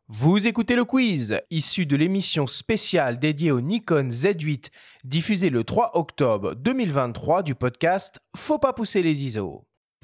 Vous écoutez le quiz, issu de l'émission spéciale dédiée au Nikon Z8, diffusée le 3 octobre 2023 du podcast Faut pas pousser les ISO.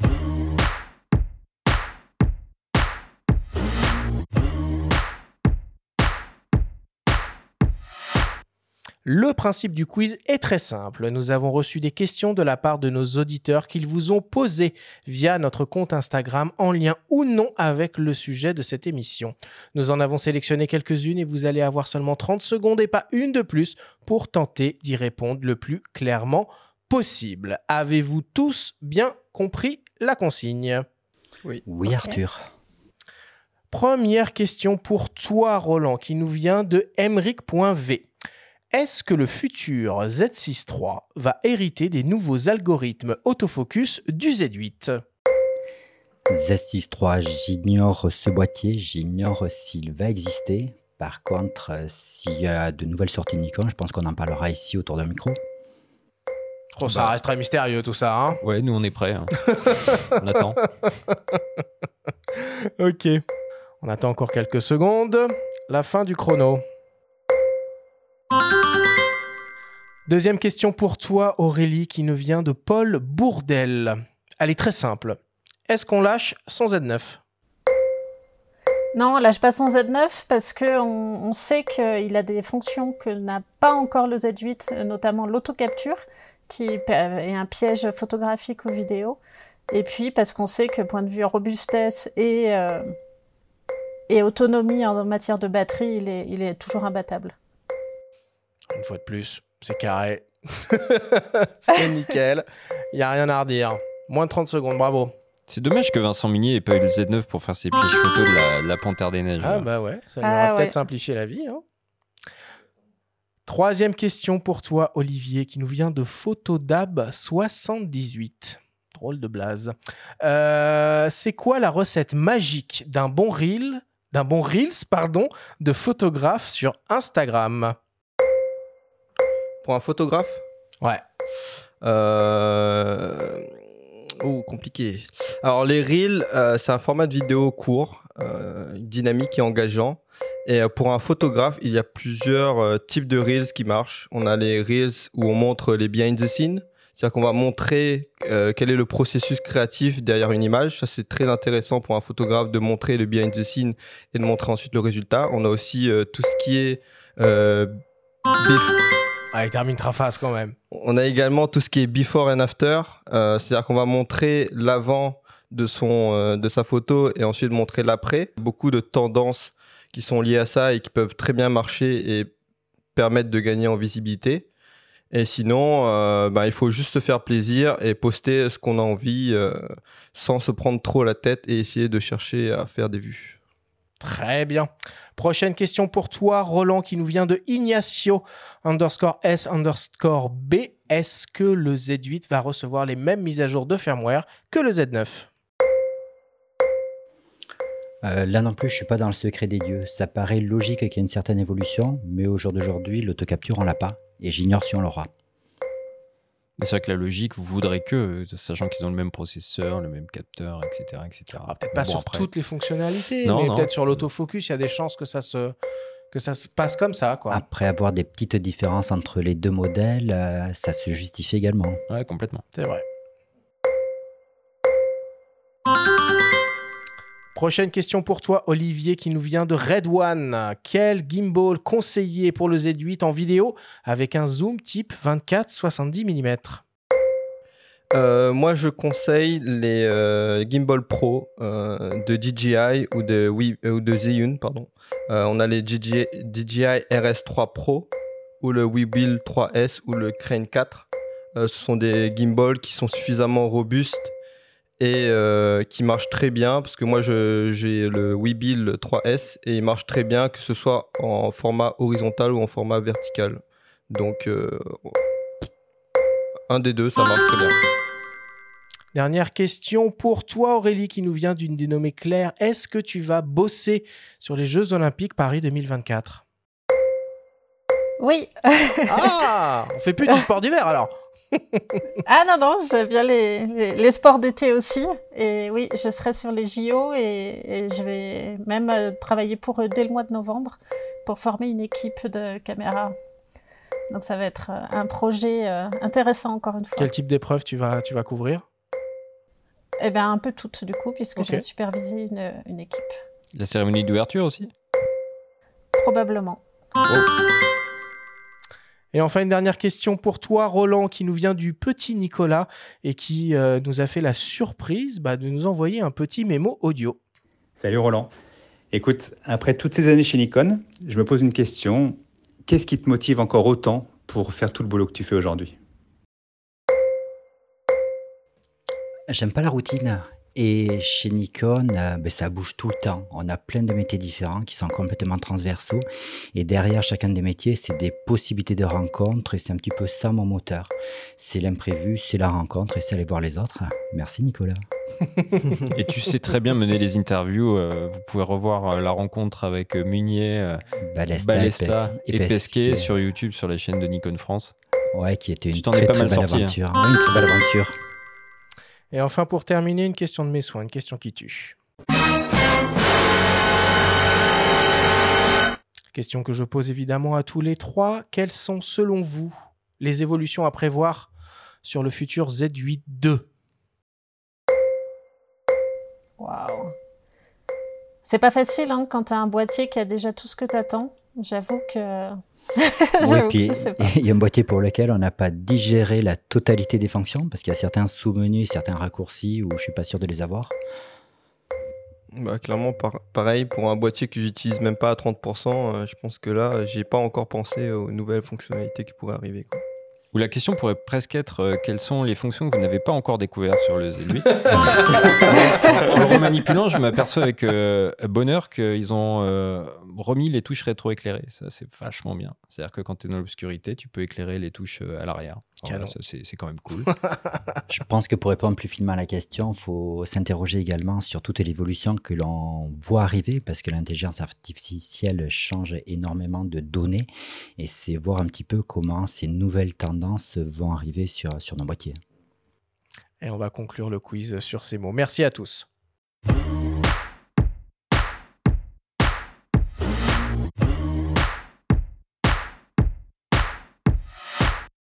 Le principe du quiz est très simple. Nous avons reçu des questions de la part de nos auditeurs qu'ils vous ont posées via notre compte Instagram en lien ou non avec le sujet de cette émission. Nous en avons sélectionné quelques-unes et vous allez avoir seulement 30 secondes et pas une de plus pour tenter d'y répondre le plus clairement possible. Avez-vous tous bien compris la consigne ? Oui, okay. Arthur. Première question pour toi, Roland, qui nous vient de Emric.v. Est-ce que le futur Z6 III va hériter des nouveaux algorithmes autofocus du Z8 ? Z6 III, j'ignore ce boîtier, j'ignore s'il va exister. Par contre, s'il y a de nouvelles sorties Nikon, je pense qu'on en parlera ici autour d'un micro. Oh, ça reste très mystérieux tout ça, hein ? Ouais, nous on est prêts. Hein. On attend. Ok. On attend encore quelques secondes. La fin du chrono. Deuxième question pour toi, Aurélie, qui nous vient de Paul Bourdel. Elle est très simple. Est-ce qu'on lâche son Z9 ? Non, on lâche pas son Z9 parce qu'on sait qu'il a des fonctions que n'a pas encore le Z8, notamment l'autocapture, qui est un piège photographique ou vidéo. Et puis parce qu'on sait que point de vue robustesse et autonomie en matière de batterie, il est toujours imbattable. Une fois de plus, c'est carré. C'est nickel. Il n'y a rien à redire. Moins de 30 secondes, bravo. C'est dommage que Vincent Munier n'ait pas eu le Z9 pour faire ses pièges photos de la Panthère des Neiges. Ah bah ouais, ça lui aurait peut-être simplifié la vie. Hein. Troisième question pour toi, Olivier, qui nous vient de Photodab78. Drôle de blaze. C'est quoi la recette magique d'un bon Reels, de photographe sur Instagram ? Pour un photographe ? Ouais. Compliqué. Alors, les Reels, c'est un format de vidéo court, dynamique et engageant. Et pour un photographe, il y a plusieurs types de Reels qui marchent. On a les Reels où on montre les behind the scenes. C'est-à-dire qu'on va montrer quel est le processus créatif derrière une image. Ça, c'est très intéressant pour un photographe de montrer le behind the scenes et de montrer ensuite le résultat. On a aussi tout ce qui est... il termine traface quand même. On a également tout ce qui est before and after. C'est-à-dire qu'on va montrer l'avant de sa photo et ensuite montrer l'après. Beaucoup de tendances qui sont liées à ça et qui peuvent très bien marcher et permettre de gagner en visibilité. Et sinon, il faut juste se faire plaisir et poster ce qu'on a envie sans se prendre trop la tête et essayer de chercher à faire des vues. Très bien. Prochaine question pour toi, Roland, qui nous vient de Ignacio_S_B. Est-ce que le Z8 va recevoir les mêmes mises à jour de firmware que le Z9 ? Là non plus, je ne suis pas dans le secret des dieux. Ça paraît logique qu'il y ait une certaine évolution, mais au jour d'aujourd'hui, l'autocapture, on l'a pas. Et j'ignore si on l'aura. Mais c'est vrai que la logique voudrait que, sachant qu'ils ont le même processeur, le même capteur, etc. Peut-être pas sur toutes les fonctionnalités, non, mais peut-être sur l'autofocus, il y a des chances que ça se passe comme ça, quoi. Après avoir des petites différences entre les deux modèles, ça se justifie également. Ouais, complètement. C'est vrai. Prochaine question pour toi, Olivier, qui nous vient de Red One. Quel gimbal conseillé pour le Z8 en vidéo avec un zoom type 24-70 mm ? Moi, je conseille les Gimbal Pro de DJI ou de Zhiyun, pardon. On a les DJI RS3 Pro ou le Weebill 3S ou le Crane 4. Ce sont des gimbals qui sont suffisamment robustes et qui marchent très bien, parce que moi j'ai le Weebill 3S et il marche très bien, que ce soit en format horizontal ou en format vertical. Donc un des deux, ça marche très bien. Dernière question pour toi, Aurélie, qui nous vient d'une dénommée Claire. Est-ce que tu vas bosser sur les Jeux Olympiques Paris 2024 ? Oui. Ah, on fait plus du sport d'hiver alors. Ah non, j'aime bien les sports d'été aussi. Et oui, je serai sur les JO et je vais même travailler pour eux dès le mois de novembre pour former une équipe de caméras. Donc ça va être un projet intéressant encore une fois. Quel type d'épreuve tu vas couvrir? Eh bien, un peu toutes du coup, puisque Ok. j'ai supervisé une équipe. La cérémonie d'ouverture aussi? Probablement. Et enfin, une dernière question pour toi, Roland, qui nous vient du petit Nicolas et qui nous a fait la surprise de nous envoyer un petit mémo audio. Salut Roland. Écoute, après toutes ces années chez Nikon, je me pose une question. Qu'est-ce qui te motive encore autant pour faire tout le boulot que tu fais aujourd'hui? J'aime pas la routine. Et chez Nikon, ça bouge tout le temps. On a plein de métiers différents qui sont complètement transversaux. Et derrière chacun des métiers, c'est des possibilités de rencontres. Et c'est un petit peu ça mon moteur. C'est l'imprévu, c'est la rencontre et c'est aller voir les autres. Merci Nicolas. Et tu sais très bien mener les interviews. Vous pouvez revoir la rencontre avec Munier, Balesta et Pesquet sur YouTube, sur la chaîne de Nikon France. Ouais, qui était une Tu t'en es très pas très mal belle sorti, aventure. Oui, une très belle aventure. Et enfin, pour terminer, une question de mes soins, une question qui tue. Question que je pose évidemment à tous les trois. Quelles sont, selon vous, les évolutions à prévoir sur le futur Z8 II? Waouh. C'est pas facile quand t'as un boîtier qui a déjà tout ce que t'attends. J'avoue que... Oui, puis je sais pas. il y a un boîtier pour lequel on n'a pas digéré la totalité des fonctions, parce qu'il y a certains sous-menus, certains raccourcis où je suis pas sûr de les avoir. Clairement, pareil, pour un boîtier que j'utilise même pas à 30%, je pense que là, j'ai pas encore pensé aux nouvelles fonctionnalités qui pourraient arriver, quoi. Ou la question pourrait presque être quelles sont les fonctions que vous n'avez pas encore découvertes sur le Z8. En le remanipulant, je m'aperçois avec bonheur qu'ils ont remis les touches rétroéclairées. Ça, c'est vachement bien. C'est-à-dire que quand tu es dans l'obscurité, tu peux éclairer les touches à l'arrière. Canon. Ça, c'est quand même cool. Je pense que pour répondre plus finement à la question, il faut s'interroger également sur toute l'évolution que l'on voit arriver, parce que l'intelligence artificielle change énormément de données, et c'est voir un petit peu comment ces nouvelles tendances vont arriver sur nos boîtiers. Et on va conclure le quiz sur ces mots. Merci à tous.